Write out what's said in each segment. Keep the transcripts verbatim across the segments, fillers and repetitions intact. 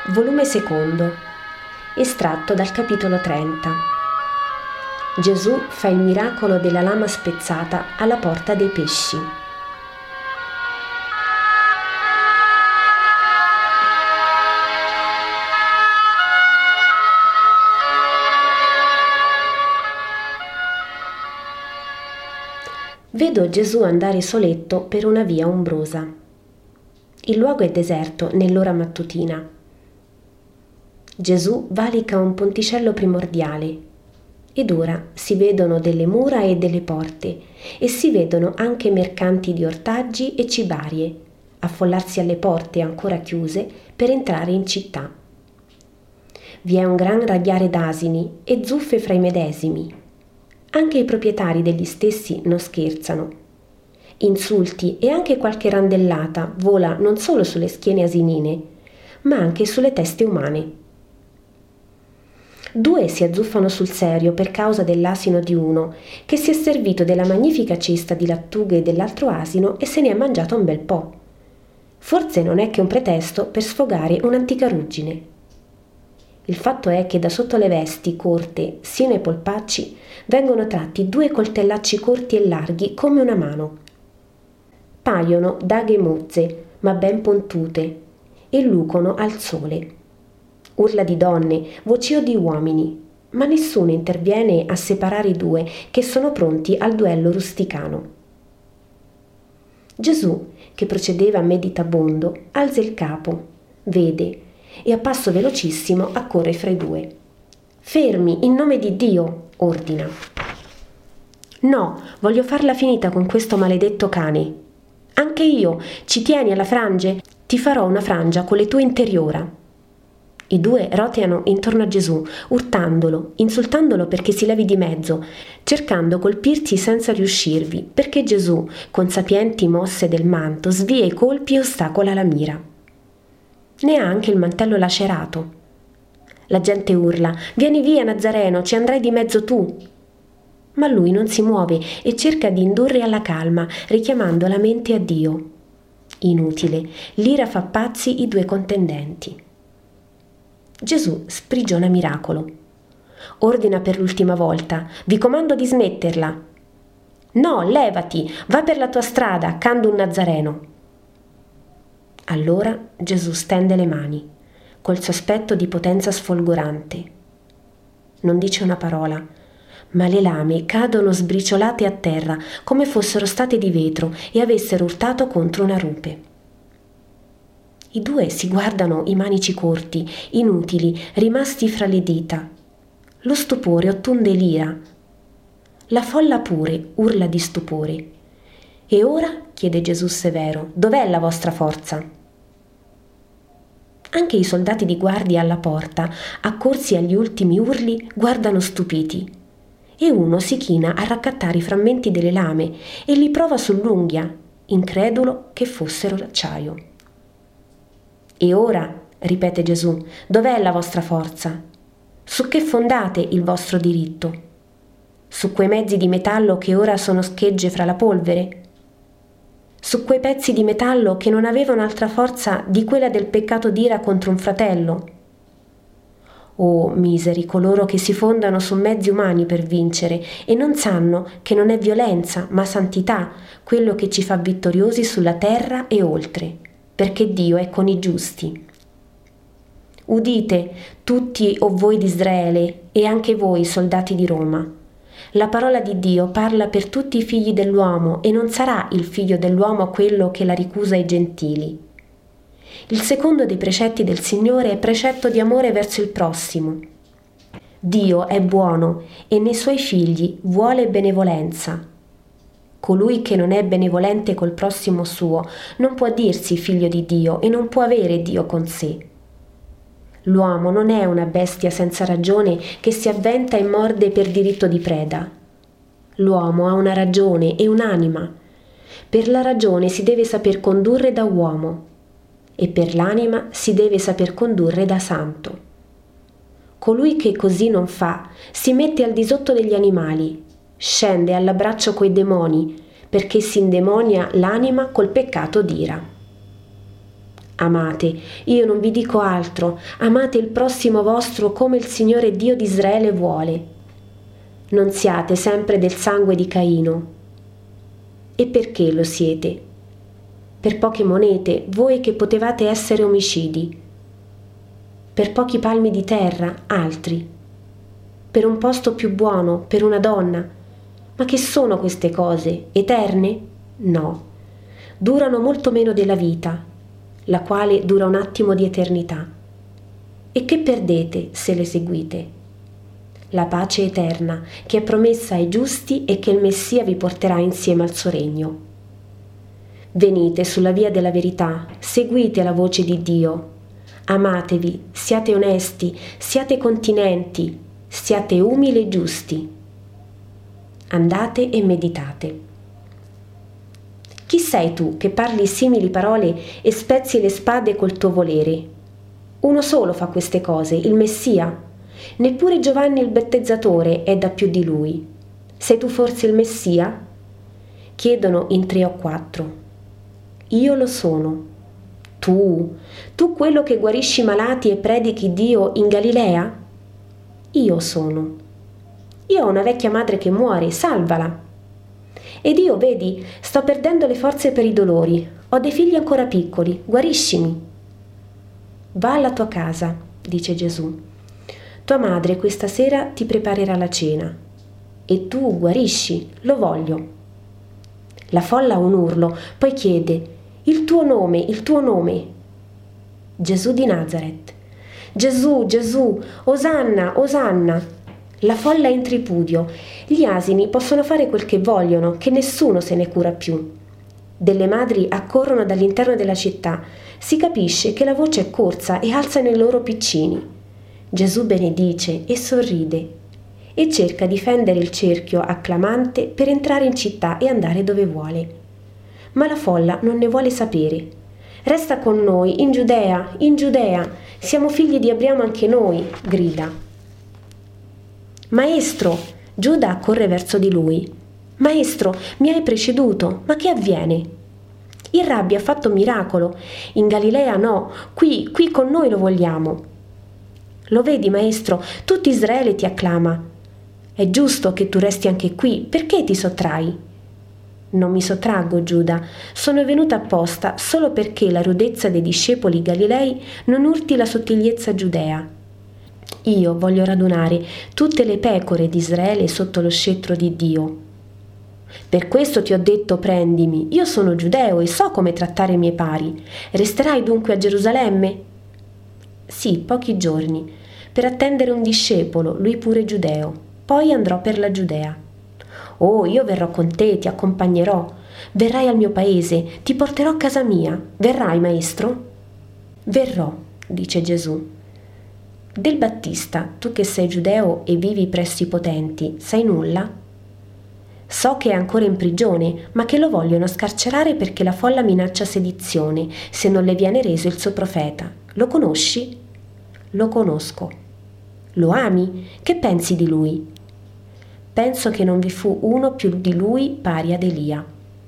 volume secondo, estratto dal capitolo trenta. Gesù fa il miracolo della lama spezzata alla porta dei pesci. Vedo Gesù andare soletto per una via ombrosa. Il luogo è deserto nell'ora mattutina. Gesù valica un ponticello primordiale ed ora si vedono delle mura e delle porte e si vedono anche mercanti di ortaggi e cibarie affollarsi alle porte ancora chiuse per entrare in città. Vi è un gran ragliare d'asini e zuffe fra i medesimi. Anche i proprietari degli stessi non scherzano. Insulti e anche qualche randellata vola non solo sulle schiene asinine, ma anche sulle teste umane. Due si azzuffano sul serio per causa dell'asino di uno, che si è servito della magnifica cesta di lattughe dell'altro asino e se ne è mangiato un bel po'. Forse non è che un pretesto per sfogare un'antica ruggine. Il fatto è che da sotto le vesti corte, sino ai polpacci, vengono tratti due coltellacci corti e larghi come una mano. Paiono daghe mozze, ma ben pontute, e lucono al sole. Urla di donne, vocio di uomini, ma nessuno interviene a separare i due che sono pronti al duello rusticano. Gesù, che procedeva meditabondo, alza il capo, vede e a passo velocissimo accorre fra i due. «Fermi, in nome di Dio!» ordina. «No, voglio farla finita con questo maledetto cane. Anche io, ci tieni alla frange? Ti farò una frangia con le tue interiora». I due roteano intorno a Gesù, urtandolo, insultandolo perché si levi di mezzo, cercando colpirsi senza riuscirvi, perché Gesù, con sapienti mosse del manto, svia i colpi e ostacola la mira. Ne ha anche il mantello lacerato. La gente urla: «Vieni via, Nazareno, ci andrai di mezzo tu!» Ma lui non si muove e cerca di indurre alla calma, richiamando la mente a Dio. Inutile, l'ira fa pazzi i due contendenti. Gesù sprigiona miracolo. Ordina per l'ultima volta: «Vi comando di smetterla!» «No, levati, va per la tua strada, cando un Nazareno!» Allora Gesù stende le mani, col suo aspetto di potenza sfolgorante. Non dice una parola, ma le lame cadono sbriciolate a terra come fossero state di vetro e avessero urtato contro una rupe. I due si guardano i manici corti, inutili, rimasti fra le dita. Lo stupore ottunde l'ira. La folla pure urla di stupore. «E ora?» chiede Gesù severo, «dov'è la vostra forza?» Anche i soldati di guardia alla porta, accorsi agli ultimi urli, guardano stupiti. E uno si china a raccattare i frammenti delle lame e li prova sull'unghia, incredulo che fossero d'acciaio. «E ora?» ripete Gesù, «dov'è la vostra forza? Su che fondate il vostro diritto? Su quei mezzi di metallo che ora sono schegge fra la polvere? Su quei pezzi di metallo che non avevano altra forza di quella del peccato d'ira contro un fratello? Oh, miseri coloro che si fondano su mezzi umani per vincere e non sanno che non è violenza, ma santità, quello che ci fa vittoriosi sulla terra e oltre, perché Dio è con i giusti. Udite, tutti o voi di Israele, e anche voi, soldati di Roma. La parola di Dio parla per tutti i figli dell'uomo e non sarà il figlio dell'uomo quello che la ricusa ai gentili. Il secondo dei precetti del Signore è precetto di amore verso il prossimo. Dio è buono e nei suoi figli vuole benevolenza. Colui che non è benevolente col prossimo suo non può dirsi figlio di Dio e non può avere Dio con sé. L'uomo non è una bestia senza ragione che si avventa e morde per diritto di preda. L'uomo ha una ragione e un'anima. Per la ragione si deve saper condurre da uomo e per l'anima si deve saper condurre da santo. Colui che così non fa si mette al di sotto degli animali, scende all'abbraccio coi demoni, perché si indemonia l'anima col peccato d'ira. Amate, io non vi dico altro, amate il prossimo vostro come il Signore Dio di Israele vuole. Non siate sempre del sangue di Caino. E perché lo siete? Per poche monete, voi che potevate essere omicidi. Per pochi palmi di terra, altri. Per un posto più buono, per una donna. Ma che sono queste cose? Eterne? No. Durano molto meno della vita, la quale dura un attimo di eternità. E che perdete se le seguite? La pace eterna, che è promessa ai giusti e che il Messia vi porterà insieme al suo regno. Venite sulla via della verità, seguite la voce di Dio. Amatevi, siate onesti, siate continenti, siate umili e giusti. Andate e meditate. Chi sei tu che parli simili parole e spezzi le spade col tuo volere? Uno solo fa queste cose, il Messia. Neppure Giovanni il battezzatore è da più di lui. Sei tu forse il Messia? Chiedono in tre o quattro. Io lo sono. Tu, tu quello che guarisci i malati e predichi Dio in Galilea? Io sono. Io ho una vecchia madre che muore, salvala. Ed io, vedi, sto perdendo le forze per i dolori, ho dei figli ancora piccoli, guariscimi. Va alla tua casa, dice Gesù. Tua madre questa sera ti preparerà la cena. E tu guarisci, lo voglio. La folla ha un urlo, poi chiede, il tuo nome, il tuo nome. Gesù di Nazaret. Gesù, Gesù, Osanna, Osanna. La folla è in tripudio. Gli asini possono fare quel che vogliono, che nessuno se ne cura più. Delle madri accorrono dall'interno della città. Si capisce che la voce è corsa e alzano i loro piccini. Gesù benedice e sorride e cerca di fendere il cerchio acclamante per entrare in città e andare dove vuole. Ma la folla non ne vuole sapere. Resta con noi, in Giudea, in Giudea, siamo figli di Abramo anche noi, grida. Maestro, Giuda corre verso di lui. Maestro, mi hai preceduto, ma che avviene? Il Rabbi ha fatto un miracolo, in Galilea no, qui, qui con noi lo vogliamo. Lo vedi, maestro, tutto Israele ti acclama. È giusto che tu resti anche qui, perché ti sottrai? Non mi sottraggo, Giuda, sono venuta apposta solo perché la rudezza dei discepoli galilei non urti la sottigliezza giudea. Io voglio radunare tutte le pecore di Israele sotto lo scettro di Dio. Per questo ti ho detto prendimi, io sono giudeo e so come trattare i miei pari. Resterai dunque a Gerusalemme? Sì, pochi giorni, per attendere un discepolo, lui pure giudeo. Poi andrò per la Giudea. Oh, io verrò con te, ti accompagnerò. Verrai al mio paese, ti porterò a casa mia. Verrai, maestro? Verrò, dice Gesù. Del Battista, tu che sei giudeo e vivi presso i potenti, sai nulla? So che è ancora in prigione, ma che lo vogliono scarcerare perché la folla minaccia sedizione, se non le viene reso il suo profeta. Lo conosci? Lo conosco. Lo ami? Che pensi di lui? Penso che non vi fu uno più di lui pari ad Elia.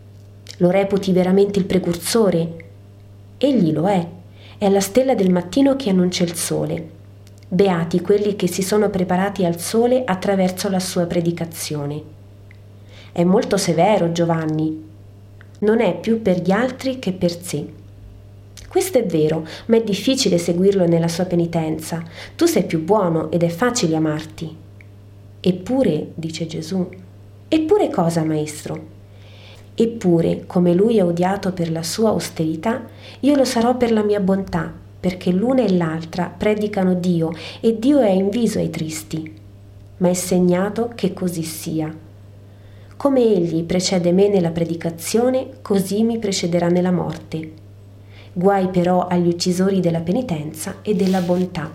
Lo reputi veramente il precursore? Egli lo è. È la stella del mattino che annuncia il sole. Beati quelli che si sono preparati al sole attraverso la sua predicazione. È molto severo Giovanni. Non è più per gli altri che per sé. Questo è vero, ma è difficile seguirlo nella sua penitenza. Tu sei più buono ed è facile amarti. Eppure, dice Gesù, eppure cosa, maestro? Eppure, come lui è odiato per la sua austerità, io lo sarò per la mia bontà, perché l'una e l'altra predicano Dio e Dio è inviso ai tristi. Ma è segnato che così sia. Come egli precede me nella predicazione, così mi precederà nella morte. Guai però agli uccisori della penitenza e della bontà.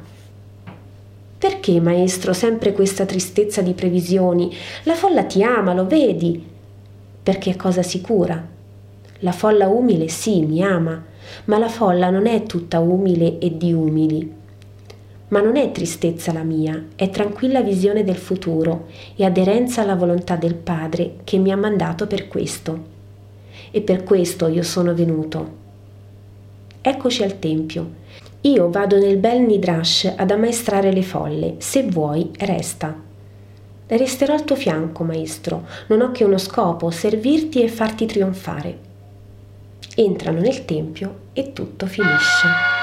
Perché, maestro, sempre questa tristezza di previsioni? La folla ti ama, lo vedi? Perché è cosa sicura. La folla umile sì, mi ama, ma la folla non è tutta umile e di umili. Ma non è tristezza la mia, è tranquilla visione del futuro e aderenza alla volontà del Padre che mi ha mandato per questo. E per questo io sono venuto. eccoci al tempio. Io vado nel bel Midrash ad ammaestrare le folle, se vuoi resta. Resterò al tuo fianco, maestro, non ho che uno scopo, servirti e farti trionfare. Entrano nel tempio e tutto finisce.